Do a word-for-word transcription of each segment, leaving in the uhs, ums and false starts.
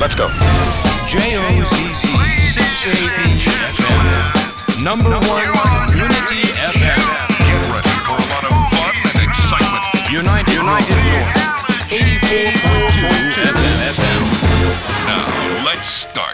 Let's go. J O Z Z six eighty F M Number one Community F M. Get ready for a lot of fun and excitement. United, United North eighty-four point two F M. Now, let's start.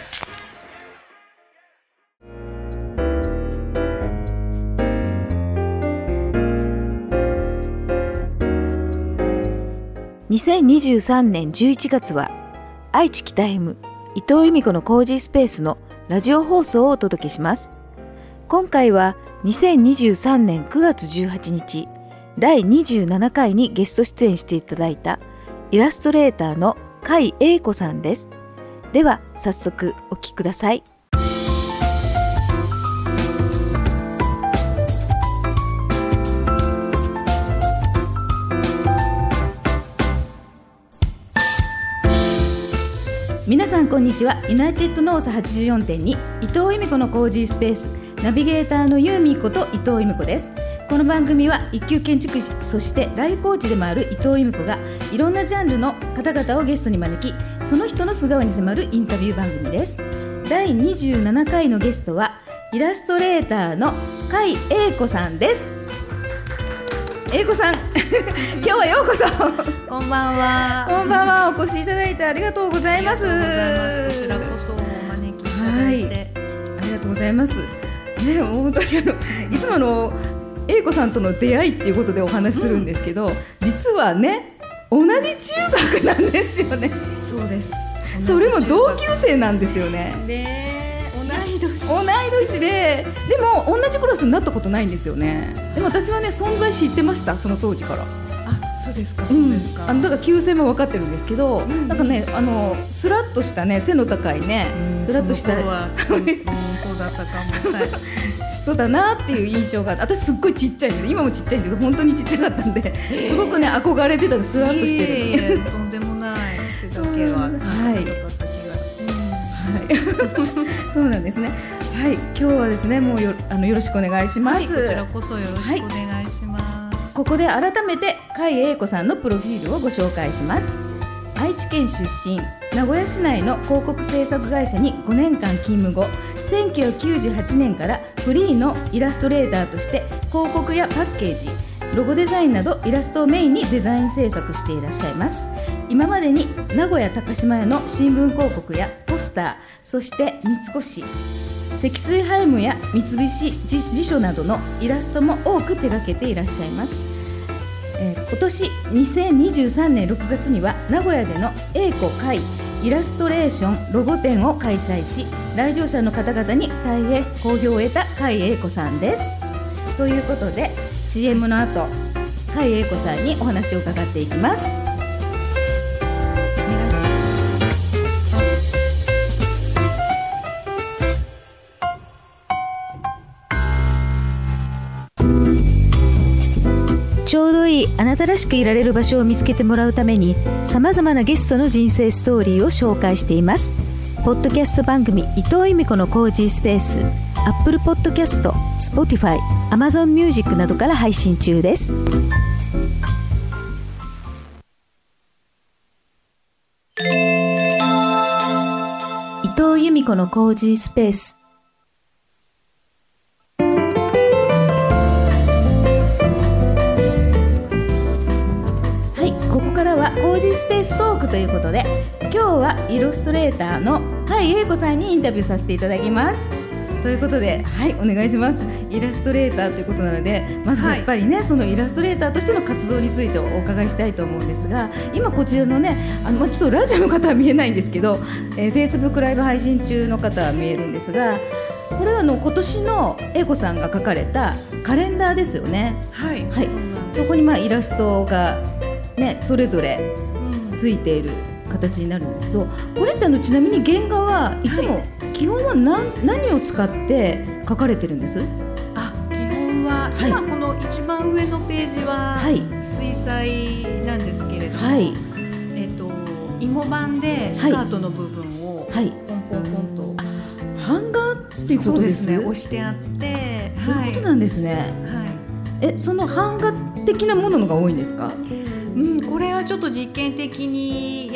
にせんにじゅうさんねんじゅういちがつは愛知北 M 伊藤由美子のコージースペースのラジオ放送をお届けします。今回はにせんにじゅうさんねんくがつじゅうはちにちだいにじゅうななかいにゲスト出演していただいたイラストレーターの甲斐英子さんです。では早速お聞きください。皆さんこんにちは。ユナイテッドノース はちじゅうよんてんに 伊藤由美子のコージースペースナビゲーターの由美子と伊藤由美子です。この番組は一級建築士、そしてライフコーチでもある伊藤由美子がいろんなジャンルの方々をゲストに招き、その人の素顔に迫るインタビュー番組です。だいにじゅうななかいのゲストはイラストレーターの甲斐英子さんです。英子さん今日はようこそこんばんは。 こんばんは。お越しいただいてありがとうございます。 ありがとうございます。こちらこそお招きいただいて、はい、 ありがとうございます。ね、本当にあのいつもの英子さんとの出会いっていうことでお話しするんですけど、うん、実はね同じ中学なんですよね。 そうです。 それも同級生なんですよね。 ね、同い年。 同い年で、でも同じクラスになったことないんですよね。でも私はね存在知ってました、その当時から。 あ、そうですか、そうですか。 うん、あのだから旧姓も分かってるんですけど、うん、なんかねあのスラッとしたね背の高いね、 うん、 スラッとしたその頃は、うん、そうだったかも、はい、 人だなっていう印象があって、私すっごいちっちゃいんで、今もちっちゃいんだけど本当にちっちゃかったんで、すごくね憧れてたの、スラッとしてる。 いえいえ、とんでもない。背だけははいそうなんですね。はい、今日はですねもう よ, あのよろしくお願いします。 はい、こちらこそよろしくお願いします。はい、 ここで改めて甲斐英子さんのプロフィールをご紹介します。愛知県出身、名古屋市内の広告制作会社にごねんかん勤務後、せんきゅうひゃくきゅうじゅうはちねんからフリーのイラストレーターとして広告やパッケージ、ロゴデザインなどイラストをメインにデザイン制作していらっしゃいます。今までに名古屋高島屋の新聞広告やポスター、そして三越、積水ハイムや三菱地所などのイラストも多く手掛けていらっしゃいます。えー、今年にせんにじゅうさんねんろくがつには名古屋での英子甲斐イラストレーションロゴ展を開催し、来場者の方々に大変好評を得た甲斐英子さんです。ということで シーエム の後、甲斐英子さんにお話を伺っていきます。ちょうどいいあなたらしくいられる場所を見つけてもらうために、さまざまなゲストの人生ストーリーを紹介しています。ポッドキャスト番組伊藤由美子のコージースペース、Apple Podcast、Spotify、Amazon Music などから配信中です。伊藤由美子のコージースペース。コージースペーストークということで、今日はイラストレーターの甲斐英子さんにインタビューさせていただきます。ということで、はい、お願いします。イラストレーターということなので、まずやっぱりね、はい、そのイラストレーターとしての活動についてお伺いしたいと思うんですが、今こちらのね、あのちょっとラジオの方は見えないんですけど、えー、Facebook ライブ配信中の方は見えるんですが、これはあの今年の英子さんが描かれたカレンダーですよね。 はい、 はい、 そうなんです。 そこにまあイラストがね、それぞれついている形になるんですけど、これってあのちなみに原画はいつも基本は 何, 何を使って描かれてるんです？ あ、基本は、はい、今この一番上のページは水彩なんですけれども、はい、えーと、芋版でスカートの部分をポンポンポンと、 はい、版画っていうことですね。 そうですね、押してあって、 そういうことなんですね。はい、え、その版画的なもののが多いんですか？ うん、これはちょっと実験的にやっ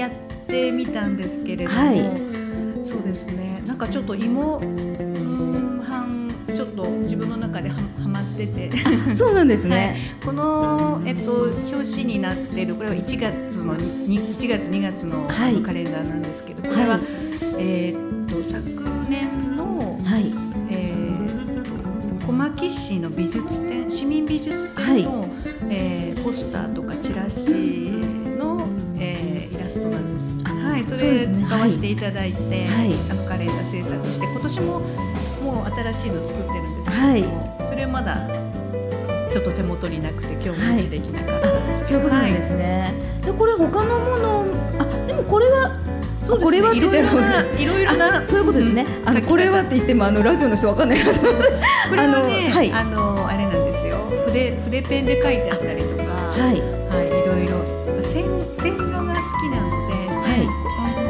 てみたんですけれども、はい、そうですね、なんかちょっと芋半ちょっと自分の中で は, はまっててそうなんですね、はい、 この、えっと、表紙になっているこれはいちがつのいちがつにがつ の,、はい、あのカレンダーなんですけど、これは、はい、えー、っと昨年の、はい、えー、っと小牧市の美術展市民美術展の、はい、えー、ポスターとかチラシの、えー、イラストなんです。はい、それ使わせていただいて、はい、あのカレンダー制作して今年ももう新しいの作ってるんですけども、はい、それはまだちょっと手元になくて今日も持ちできなかったんですけど、はい、そういうことなんですね、 はい、でこれ他のもの、あでもこれはそうですね、これはって言ってもいろいろなそういうことですね、うん、あのこれはって言ってもあのラジオの人わかんないなと思ってこれはね、はい、あのあれなんですよ、筆筆ペンで書いてあったりとか、はいはい、いろいろ線線画が好きなので、はい、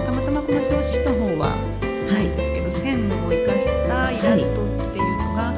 たまたまこの表紙の方はないんですけど、はい、線を生かしたイラストっていうのが、はい、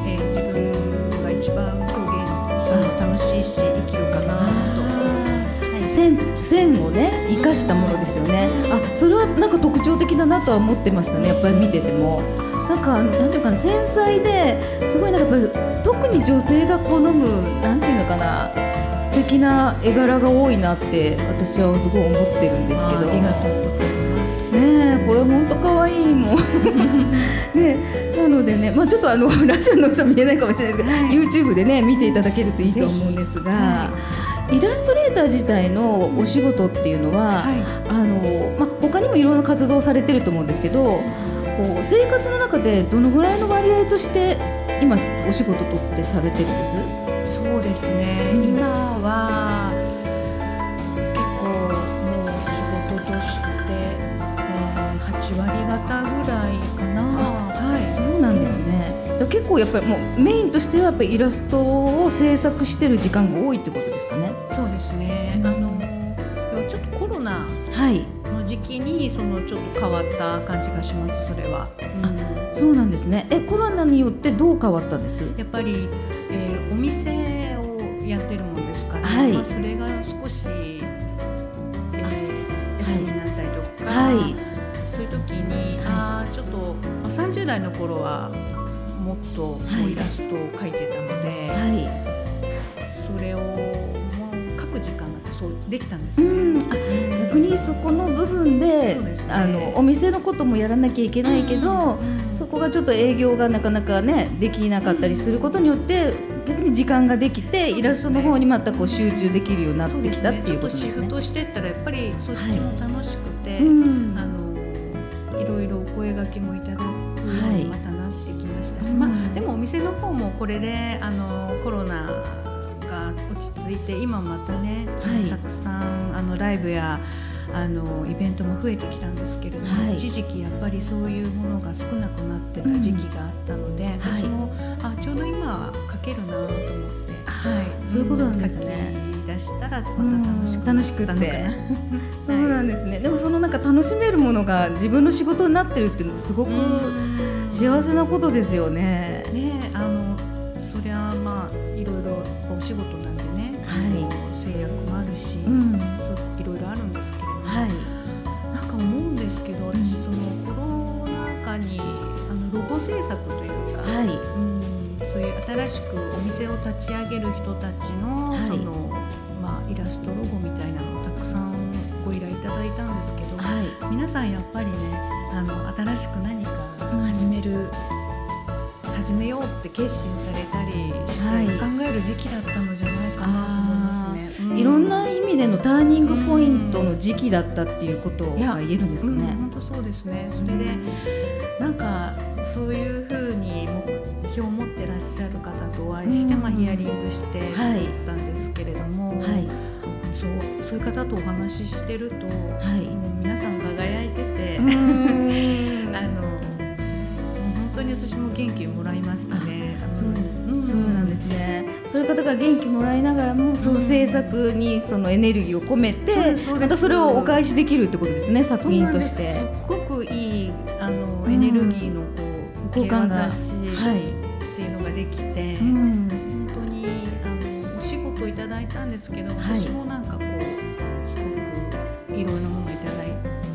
えー、自分が一番表現するの楽しいし生きるかなと思います、はい、 線, 線をね生かしたものですよね。あ、それはなんか特徴的だなとは思ってましたね、やっぱり見ててもなんかなんていうかな、繊細ですごいなんかやっぱり特に女性が好むなんていうのかな、素敵な絵柄が多いなって私はすごい思ってるんですけど、 あ, ありがとうございますね。これ本当可愛いもんね、なのでね、まあ、ちょっとあのラジオの人は見えないかもしれないですけど、はい、YouTube でね見ていただけるといいと思うんですが、はい、イラストレーター自体のお仕事っていうのは、はい、あのまあ、他にもいろんな活動をされてると思うんですけど、こう生活の中でどのぐらいの割合として今お仕事としてされてるんです？ そうですね、うん、今は結構もう仕事として、えー、はちわり方ぐらいかな。はい、そうなんですね。 結構やっぱりもうメインとしてはやっぱりイラストを制作してる時間が多いってことですかね。 そうですね、あのちょっとコロナの時期にそのちょっと変わった感じがします。それは、 うん、あ、そうなんですね。え、コロナによってどう変わったんです？ やっぱり、えー、お店をやってるもんですから、はい、まあ、それが少し、えー、休みになったりとか、はい、そういう時に、はい、あちょっと、まあ、さんじゅう代の頃はもっとこうイラストを描いてたので、はい、それをもう描く時間がそうできたんですね。うん、あ、 逆にそこの部分 で, で、ね、あのお店のこともやらなきゃいけないけど、うんうん、そこがちょっと営業がなかなかねできなかったりすることによって、うん、逆に時間ができて、ね、イラストの方にまたこう集中できるようになってきたっていうことですね。 ちょっとシフトしていったらやっぱりそっちも楽しくて、はい、うん、あのいろいろお声掛けもいただくようにまたなってきましたし、はい、まあ、でもお店の方もこれであのコロナが落ち着いて今またね、はい、たくさんあのライブやあのイベントも増えてきたんですけれども、はい、一時期やっぱりそういうものが少なくなってた時期があったので、うん、私も、はい、あちょうど今書けるなと思って、はい、 そういうことなんですね。 書き出したらまた楽しく楽しくってそうなんですね。でもそのなんか楽しめるものが自分の仕事になってるっていうのすごく幸せなことですよね。 ね、あのそりゃまあいろいろお仕事なんでね、はい、制約もあるし、うん、そういろいろあるんですけれども、はい、なんか思うんですけど、私そのコロナ禍にあのロゴ制作というか、はい、うん、そういう新しくお店を立ち上げる人たちの、はい、そのまあ、イラストロゴみたいなのをたくさんご依頼いただいたんですけど、はい、皆さんやっぱりね、あの新しく何か始める、うん、始めようって決心されたりして、はい、考える時期だったのじゃないかなと思いますね。うん、 いろんな意味でのターニングポイントの時期だったっていうことが言えるんですかね。 本当、うん、そうですね。それでなんかそういうふうに目標を持ってらっしゃる方とお会いして、まあ、ヒアリングして作ったんですけれども、はい、そう、そういう方とお話ししてると、はい、もう皆さん輝いててあの本当に私も元気もらいましたね。 そう、うん、そうなんですね。そういう方が元気もらいながらもその制作にそのエネルギーを込めて、うん、またそれをお返しできるってことですね、作品として。 すごくいいあの、うん、エネルギーのこう交換がし、はい、っていうのができて、うん、本当にあのお仕事いただいたんですけど、はい、私もなんかこうすごくいろんなものをいただい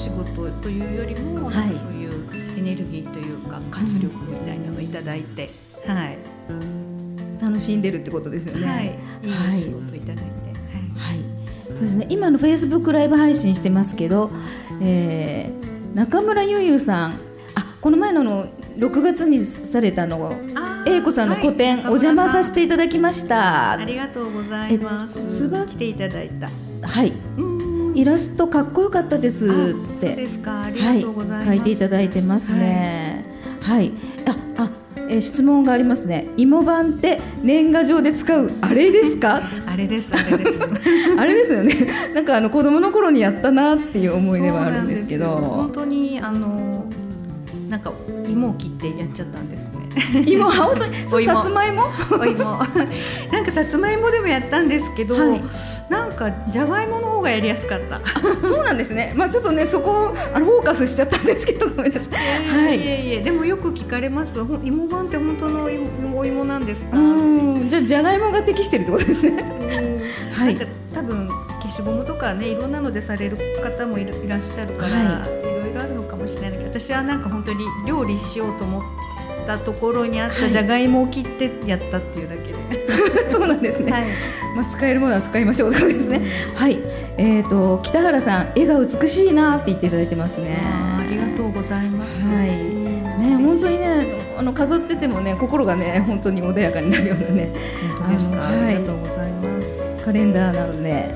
仕事というよりも、なんかそういうエネルギーというか活力みたいなのをいただいて、はい、 楽しんでるってことですよね。 はい、いい仕事いただいて、はい、 はい、そうですね。今のフェイスブックライブ配信してますけど、えー、中村ゆゆさん、あ、この前ののろくがつにされたの英子さんの個展、はい、お邪魔させていただきました。 ありがとうございます。つば来ていただいた。 はい。イラストかっこよかったですって。 そうですか。ありがとうございます。 はい、書いていただいてますね。はい。はい、あ、あ、えー、質問がありますね。芋版って年賀状で使うあれですか？ あれです、あれです。 あれですよね。なんかあの子供の頃にやったなっていう思い出はあるんですけど。 本当にあのなんか芋を切ってやっちゃったんですね。 芋、本当にそう、さつまいもお芋なんかさつまいもでもやったんですけど、はい、なんかじゃがいもの方がやりやすかった。 そうなんですね。まあちょっとね、そこをあのフォーカスしちゃったんですけど、ごめんなさい。 はい、いえいえ、でもよく聞かれます。芋版って本当のお芋なんですか？ うん、じゃあじゃがいもが適してるってことですね。 はい、なんか多分消しゴムとかね、いろんなのでされる方もいらっしゃるから、はい、いろいろあるのかもしれないけど、私はなんか本当に料理しようと思ったところにあったじゃがいもを切ってやったっていうだけで、 はい、そうなんですね。はい、まあ、使えるものは使いましょうとかですね。うん、はい、えーと北原さん、絵が美しいなって言っていただいてますね。 あ、ありがとうございます。 はい、ね、本当にね、あの飾っててもね、心がね、本当に穏やかになるようなね。 本当ですか。ありがとうございます。 カレンダーなので、はい、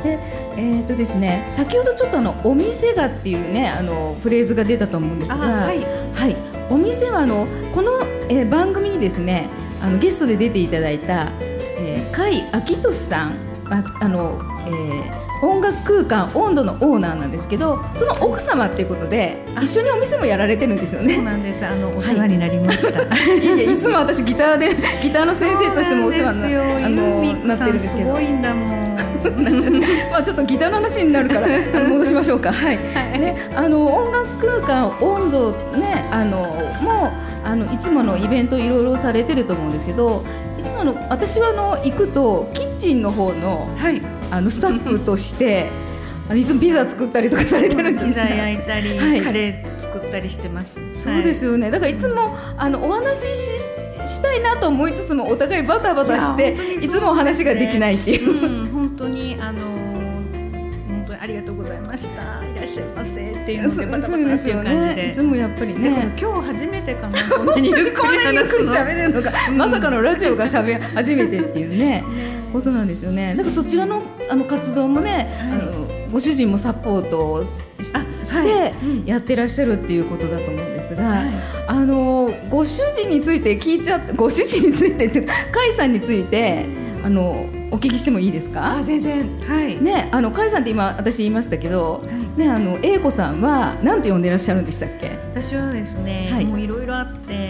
で、えーとですね、先ほどちょっとあのお店がっていうね、あのフレーズが出たと思うんですが、はい、はい、お店はあのこの、えー、番組にですね、あのゲストで出ていただいた、えー、甲斐明俊さん、あ、あの、えー音楽空間温度のオーナーなんですけど、その奥様っていうことで一緒にお店もやられてるんですよね。 そうなんです。あのお世話になりました。 はい、いやいや、いつも私ギターでギターの先生としてもお世話に な, あのなってるんですけど、 すごいんだもん。 まあちょっとギターの話になるから戻しましょうか。はい。ね、あの音楽空間温度ね、あのもうあのいつものイベントいろいろされてると思うんですけど、いつもの私はあの行くとキッチンの方の、はい、あのスタッフとしてあのいつもピザ作ったりとかされてるんです。 ピザ焼いたり、はい、カレー作ったりしてます。 そうですよね。だからいつもあのお話し し, したいなと思いつつもお互いバタバタして い, いつもお話ができないっていう、 うん、本当にあの本当にありがとうございました、いらっしゃいませっていうのでバタバタっていう感じで、 ね、いつもやっぱりね、 今日初めてかな、こんなにゆっくり喋れるのがまさかのラジオが喋り始めてっていうねことなんですよね。だからそちらのあの活動もね、はい、あのご主人もサポートを し, してやってらっしゃるっていうことだと思うんですが、はい、あのご主人について聞いちゃって、ご主人についてっていうか甲斐さんについてあのお聞きしてもいいですか？ あ、全然、はいね、あの甲斐さんって今私言いましたけど、はいね、あの英子さんは何と呼んでいらっしゃるんでしたっけ？ 私はですね、はい、もういろいろあって、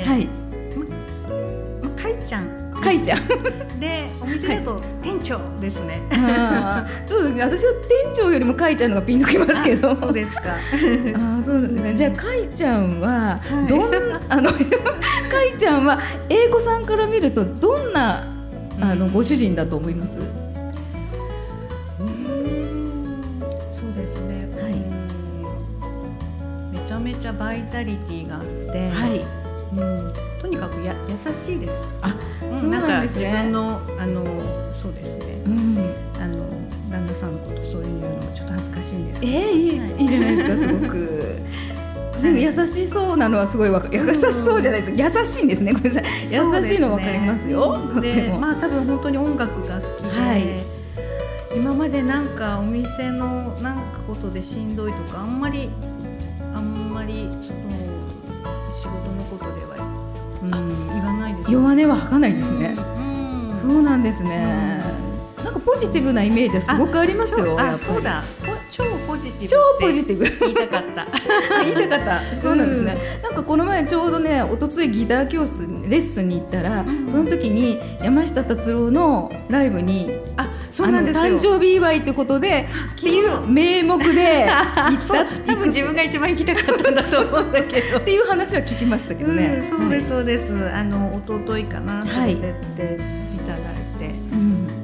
はい、まま、甲斐ちゃん甲斐ちゃんで、お店だと店長ですね。 はい、ちょっと私は店長よりも甲斐ちゃんのがピンときますけど。 そうですか。 あ、そうなんですね。じゃあ甲斐ちゃんはどん、はい、あの甲斐ちゃんは英子さんから見るとどんなあのご主人だと思います？ うん、そうですね、はい、めちゃめちゃバイタリティがあって、はい、うん、とにかくや優しいです。あ、そうなんですね。なんか自分のあのそうですね、うん、あの旦那さんのことそういうのちょっと恥ずかしいんですけど、 えー、いい、はい、いいじゃないですか、すごく。でも優しそうなのはすごいわか、優しそうじゃないです、優しいんですね。ごめんなさい、優しいのわかりますよ。とっても。 まあ多分本当に音楽が好きで、はい、今までなんかお店のなんかことでしんどいとかあんまりあんまりその仕事のことでは、うん、言わないです。 弱音は吐かないんですね。うん、そうなんですね。うん、なんかポジティブなイメージはすごくありますよ。 あ、そうだ。超ポジティブ超ポジティブ言いたかった言いたかったそうなんですね、うん、なんかこの前ちょうどね、おとついギター教室レッスンに行ったら、うん、その時に山下達郎のライブに、 あ、そうなんですよ、 誕生日祝いってことでっていう名目で行った多分自分が一番行きたかったんだと思うんだけどっていう話は聞きましたけどね、 うん、そうですそうです、あの一昨日かな連れてっていただいて、はい、うん、す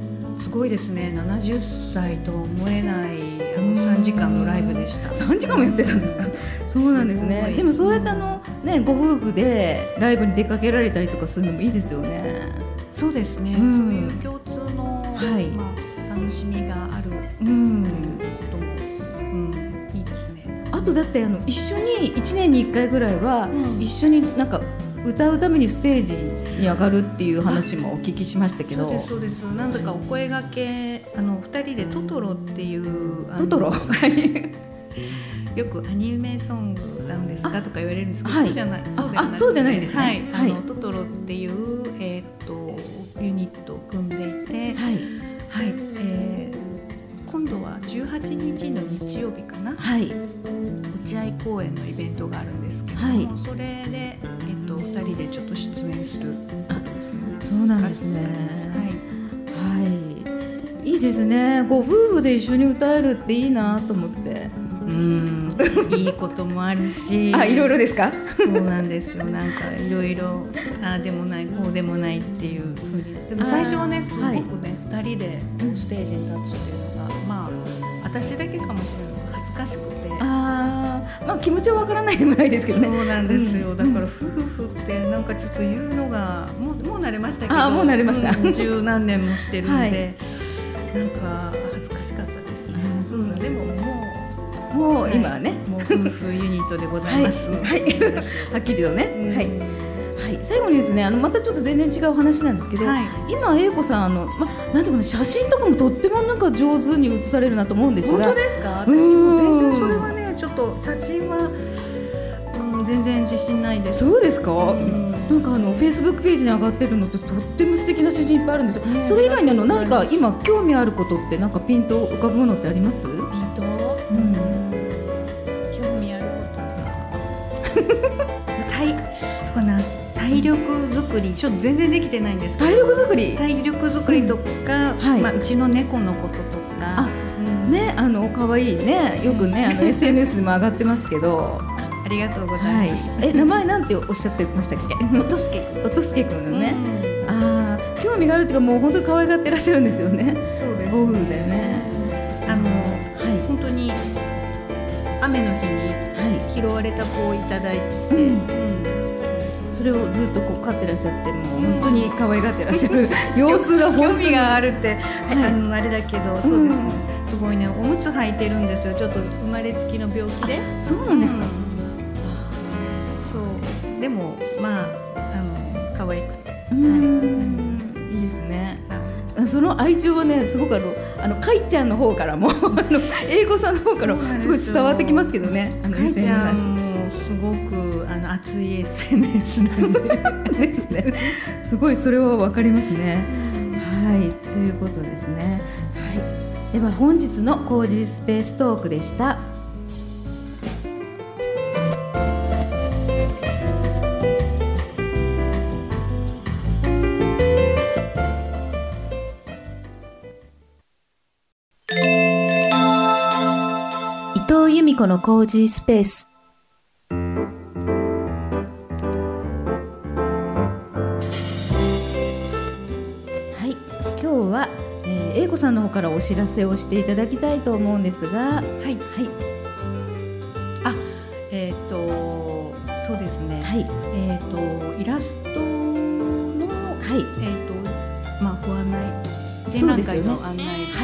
ごいですね。ななじゅっさいとは思えないあのさんじかんのライブでした。 さんじかんもやってたんですか。そうなんですね。でもそうやってあの、ね、ご夫婦でライブに出かけられたりとかするのもいいですよね。 そうですね、うん、そういう共通の、はいまあ、楽しみがあるということも、うんうん、いいですね。 あとだってあの一緒にいちねんにいっかいぐらいは一緒になんか歌うためにステージに上がるっていう話もお聞きしましたけど。 そうですそうです。なんだかお声掛けあのふたりでトトロっていうトトロよくアニメソングなんですかとか言われるんですけど、 はい、 そうじゃない、 そうではない、そうじゃないんですね。 はい、 はい、 あのトトロっていう、えー、とユニットを組んでいて、はいはいえー、今度はじゅうはちにちの日曜日かな、はい、落合公園のイベントがあるんですけども、はい、それで、えー、とふたりでちょっと出演することですね。 そうなんですね。 はい、 はい、いいですね。ご夫婦で一緒に歌えるっていいなと思って。 うんいいこともあるしあ、いろいろですか。 そうなんですよ。なんかいろいろああでもないこうでもないっていうふうに。でも最初はねすごくね、はい、ふたりでステージに立つっていうのが、まあ私だけかもしれない恥ずかしくて、 あまあ気持ちはわからないでもないですけどね。 そうなんですよ、うん、だから夫婦ってなんかちょっと言うのがもうもう慣れましたけど、 あもう慣れました、 うん、十何年もしてるんで、はい、なんか恥ずかしかったですね。 あそうなんです。 でももうもう今はね、 はい、もう夫婦ユニットでございます。 はい、はい、はっきりとね、うん、はい、はい、最後にですね、あのまたちょっと全然違う話なんですけど、はい、今英子さんあのまなんていうかな、写真とかもとってもなんか上手に写されるなと思うんですが。 本当ですか？私も全然それはね、ちょっと写真は、うん、全然自信ないです。 そうですか？うん、なんかあのフェイスブックページに上がってるのってとっても素敵な写真いっぱいあるんですよ。ね、それ以外にあの何か今興味あることってなんかピンと浮かぶものってあります？ピント？うん。体そこな体力作りちょっと全然できてないんですけど、 体力作り体力作りとか、うんはいまあ、うちの猫のこととかあ、うん、ねあの可愛いねよくねあの エスエヌエス でも上がってますけどありがとうございます、 はい、え名前なんておっしゃってましたっけ？ おとすけくん。 おとすけくんのね、うん、あ興味があるっていうかもう本当に可愛がってらっしゃるんですよね。 そうですね。 ご夫婦でねあの、はい、本当に雨の日に拾われた子をいただいて、うんうん、 それをずっとこう飼ってらっしゃってもう本当に可愛がってらっしゃる様子が興味があるって、はい、あのあれだけど、そうですね、うん、すごいねおむつ履いてるんですよ。ちょっと生まれつきの病気で。 そうなんですか、うん、 そうでもまああの可愛くて、 うん、はい、いいですね。その愛情はねすごくあのあのかいちゃんの方からもあの英子さんの方からもすごい伝わってきますけどね。あのかいちゃんもすごくあの熱い エスエヌエス なんでですね。すごいそれはわかりますね。はいということですね。はいでは本日のコージースペーストークでした。伊藤由美子のコージースペース。はい、今日は、えー、英子さんの方からお知らせをしていただきたいと思うんですが、はい、はい、 あ、えっ、ー、とそうですね。はい、えっ、ー、とイラストの、はい、えっ、ー、とまあご案内、展覧会の案内というと、はい、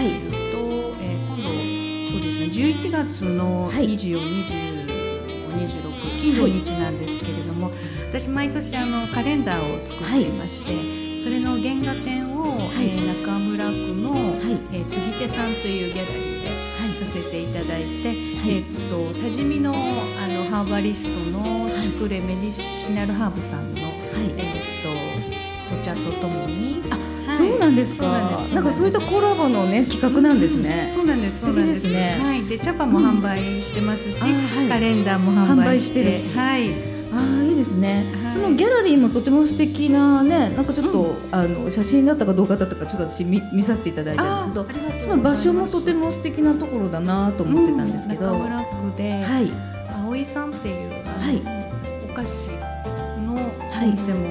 じゅういちがつのにじゅうよん、にじゅうご、にじゅうろく金土日なんですけれども、はい、私毎年あのカレンダーを作っていまして、はい、それの原画展を、はいえー、中村区の、はいえー、継手さんというギャラリーで、はい、させていただいて、はいえー、と多治見の、あのハーバリストのシュクレメディシナルハーブさんの、はいえー、とお茶とともにはい、そうなんですか。なんなんかそういったコラボのね企画なんですね。 うん、そうなんです。 素敵ですね。 はい。で茶葉も販売してますし、うんはい、カレンダーも販売してるし、はい。 ああいいですね、はい。そのギャラリーもとても素敵なね、なんかちょっと、うん、あの写真だったか動画だったかちょっと私 見, 見させていただいたんですけど、その場所もとても素敵なところだなと思ってたんですけど、 うん、中村区で、はい、葵さんっていう、はい、お菓子のお店も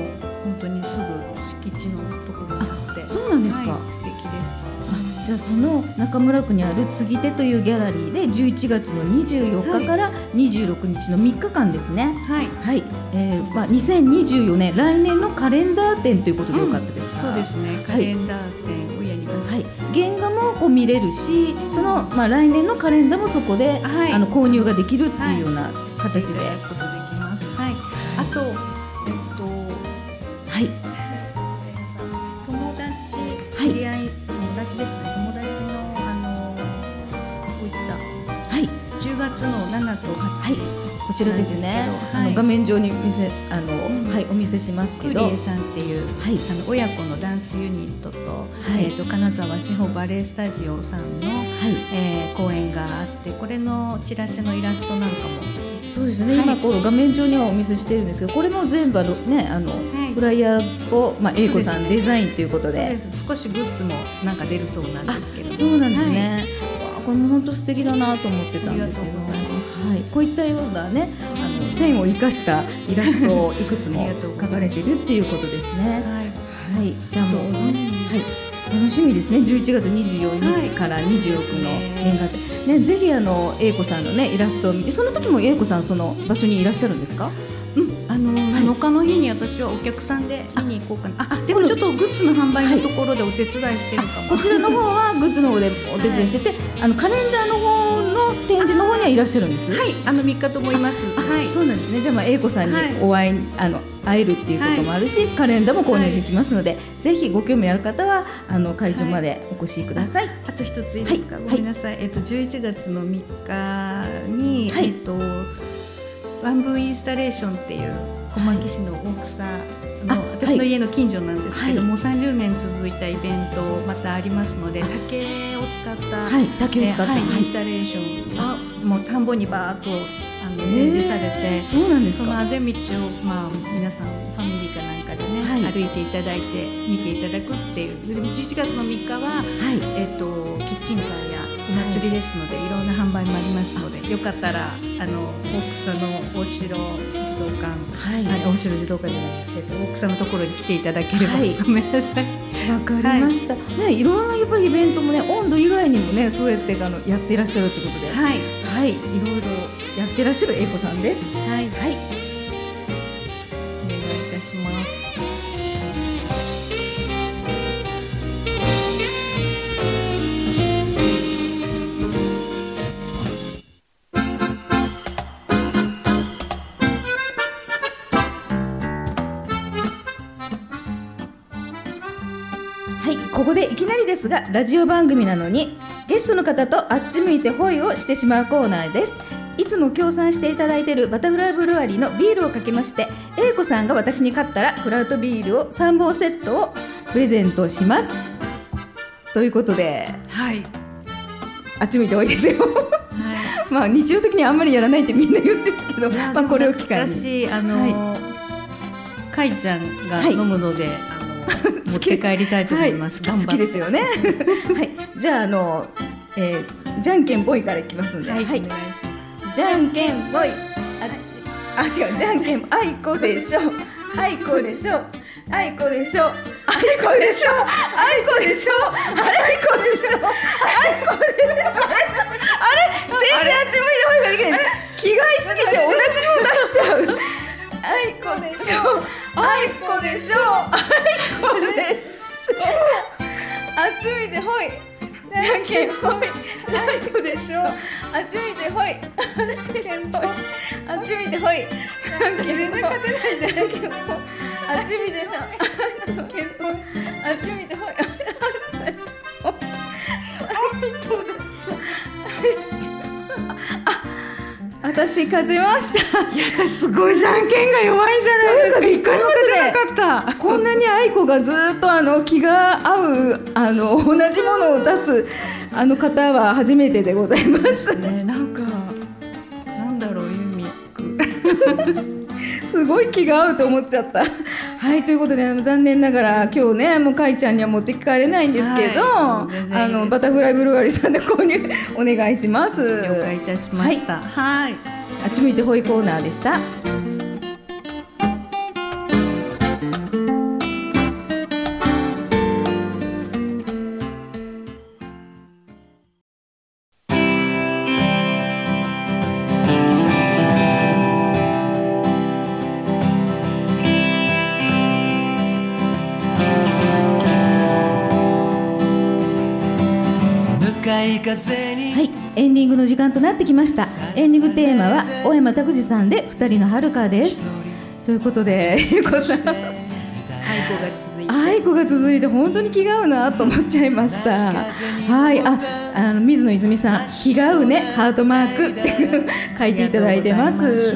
本当にすぐ敷地のところにあって。 そうなんですか、 はい、素敵です。 あ、じゃあその中村区にある継ぎ手というギャラリーでじゅういちがつのにじゅうよっかからにじゅうろくにちのみっかかんですね。 はい、 はい、えーまあ、にせんにじゅうよねん来年のカレンダー展ということでよかったですか？ うん、そうですね、カレンダー展をやります。 はい、原画もこう見れるし、その、まあ、来年のカレンダーもそこで、はい、あの購入ができるっていうような形で、はい、していただくことできます。はい、あと、えっと、はい、友達、知り合い、はい、友達ですね、友達のあのこういった、はい、じゅうがつのななとはち、はい、こちらですね、はい、あの画面上に見せあの、うん、はい、お見せしますけど、 クリエさんっていう、はい、あの親子のダンスユニットと、はい、えー、と金沢志保バレエスタジオさんの、はい、えー、公演があって、これのチラシのイラストなんかも、 そうですね、はい、今こう画面上にはお見せしているんですけど、これも全部ね、あの、はい、フライヤーを、まあ、英子さんデザインということで、 そうです、少しグッズもなんか出るそうなんですけど、 そうなんですね、はい、これも本当素敵だなと思ってたんですけど、はい、こういったようなね、あの線を生かしたイラストをいくつも描かれているっていうことですね。はい、はい、じゃあもう、ね、はい、楽しみですね。じゅういちがつにじゅうよっかからにじゅうろくの原画で、ね、ぜひあの英子さんのねイラストを見て、その時も英子さんその場所にいらっしゃるんですか？ うん、あの、はい、なのかの日に私はお客さんで見に行こうかな。あ、でもちょっとグッズの販売のところでお手伝いしてるかも。 こちらの方はグッズの方でお手伝いしてて、はい、あのカレンダーの方の展示の方にはいらっしゃるんです。 はい、あのみっかともいます。はい、 そうなんですね。じゃあまあ英子さんにお会い、はい、あの会えるっていうこともあるし、はい、カレンダーも購入できますので、はい、ぜひご興味ある方はあの会場までお越しください。はい、 あ, あと一ついいですか？はい、ごめんなさい。えっとじゅういちがつのみっかに、はい、えっとワンブーインスタレーションっていう小牧市の大草の、私の家の近所なんですけども、はい、さんじゅうねん続いたイベントまたありますので、竹を使った、 はい、竹を使った、 えーはい、インスタレーションがもう田んぼにバーッとあの展示されて、 そうなんですか。 そのあぜ道を、まあ、皆さんファミリーかなんかでね、はい、歩いていただいて見ていただくっていう。じゅういちがつのみっかは、はい、えー、とキッチンカーやお祭りですので、はい、いろんな販売もありますので、よかったらあの大草の大城児童館、はい、あ大城児童館じゃない、えー、と大草のところに来ていただければ、はい、ごめんなさい。 わかりました。はい、ね、いろんなやっぱりイベントもね、温度以外にもね、そうやってあのやっていらっしゃるということで、はい、はい、いろいろやっていらっしゃる英子さんです。はい、はい、お願いいたします。 ここでいきなりですが、ラジオ番組なのにゲストの方とあっち向いてホイをしてしまうコーナーです。いつも協賛していただいているバタフライブルワリーのビールをかけまして、英子さんが私に勝ったらクラウトビールをさんぼんセットをプレゼントしますということで、はい、あっち向いてホイですよ。はい、まあ日常的にあんまりやらないってみんな言うんですけど、まあ、これを機会に私あの、はい、かいちゃんが飲むので、はい、持って帰りたいと思います。 好きですよね。はい、じゃああの、えー、じゃんけんぽいからいきますので、はい、はい、お願いします。じゃんけんぽい、あ、あ、違う、じゃんけん、あいこでしょ、あいこでしょ、あいこでしょ、あいこでしょ、あいこでしょ、あれあいこでしょ、あいこでしょ、あれ全然あっち向いてほいができない。気がいすぎて同じの出しちゃう。あいこでしょ、あいこでしょ、あいこでしょ、あっち向いてほい、じゃんけんほい、あいこでしょ、あっち向いてほい、じゃんけんほい、あっち向いてほい、全然勝てないじゃんけんほい、あっち向いてしょ、あっち向いてほい、あっち向いてほい、私勝ちました。 いや、私すごいじゃんけんが弱いじゃないですか。びっくりしましたね。 こんなに愛子がずっとあの気が合うあの同じものを出すあの方は初めてでございます。 ね、なんかなんだろう、ユミック。 すごい気が合うと思っちゃった。はい、ということで残念ながら今日ね、もうかいちゃんには持って帰れないんですけど、はい、いいあのバタフライブルワリーさんで購入お願いします。 了解いたしました。はい、はい、 あっち向いてホイコーナーでした。 はい、エンディングの時間となってきました。エンディングテーマは小山拓司さんでふたりの遥かですということで、ゆうこさん愛子が続いて愛子が続いて本当に気が合うなと思っちゃいました。はい、あ、あの水野泉さん、気が合うねハートマークって書いていただいてます。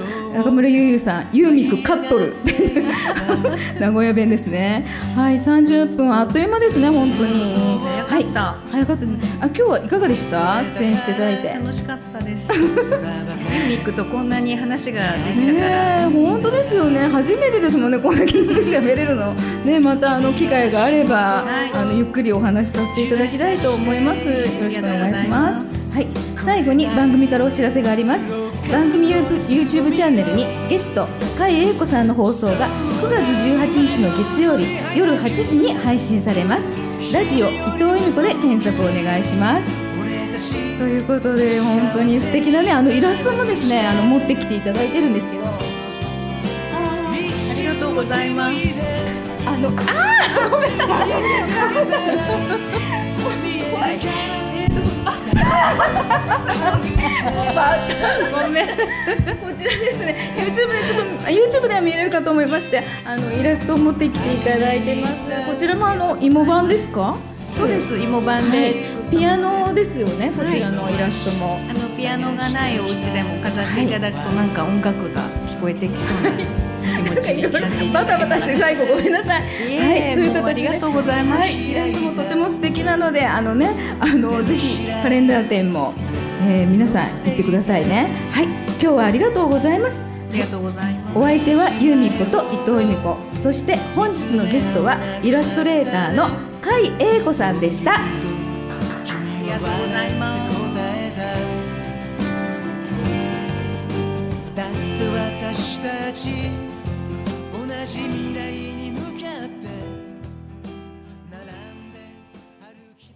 中村ゆうゆうさん、ユーミクカットル名古屋弁ですね。はい、さんじゅっぷんあっという間ですね、本当に。 早かった、 はい、早かったですね。あ、今日はいかがでした？出演していただいて。 楽しかったですユーミクとこんなに話ができたから、 ね、本当ですよね。初めてですもんね、こんだけ長く喋れるのね。またあの機会があれば、はい、あのゆっくりお話しさせていただきたいと思います。よろしくお願いします。はい、最後に番組からお知らせがあります。番組 YouTube チャンネルにゲスト甲斐栄子さんの放送がくがつじゅうはちにちの月曜日夜はちじに配信されます。ラジオ伊藤由美子で検索お願いします。ということで本当に素敵なね、あのイラストもですね、あの持ってきていただいてるんですけど、ありがとうございます。 あのあーごめんなさい怖い。えーとごめんこちらですね、 YouTube でちょっと YouTube では見れるかと思いまして、あのイラストを持ってきていただいてます。こちらもあの芋版ですか？ そうです、芋版で、はい、 ピアノですよね、こちらのイラストも、はい、 あのピアノがないお家でも飾っていただくと、なんか音楽が聞こえてきそうな気持ちになっていただいて、 バタバタして最後ごめんなさい。 はい、という形でありがとうございます。はい、 イラストもとても素敵なので、あのね、あのぜひカレンダー展も、えー、皆さん行ってくださいね。はい、今日はありがとうございます。 ありがとうございます。 お相手は由美子と伊藤由美子、そして本日のゲストはイラストレーターの甲斐栄子さんでした。 ありがとうございます。だって私たち同じ未来に向かって並んで歩き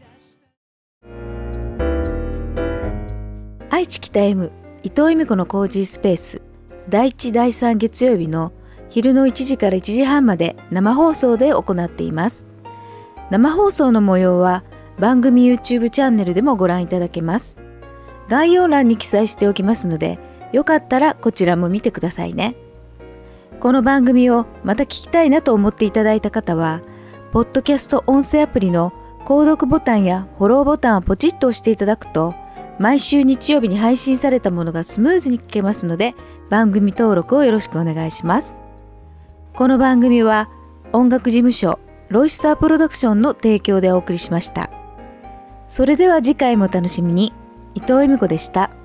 出した。 愛知北 M 伊藤由美子のコージースペース、だいいちだいさん月曜日の昼のいちじからいちじはんまで生放送で行っています。生放送の模様は番組 YouTube チャンネルでもご覧いただけます。概要欄に記載しておきますので、よかったらこちらも見てくださいね。この番組をまた聞きたいなと思っていただいた方は、ポッドキャスト音声アプリの購読ボタンやフォローボタンをポチッと押していただくと、毎週日曜日に配信されたものがスムーズに聞けますので、番組登録をよろしくお願いします。この番組は音楽事務所ロイスタープロダクションの提供でお送りしました。それでは次回もお楽しみに。伊藤由美子でした。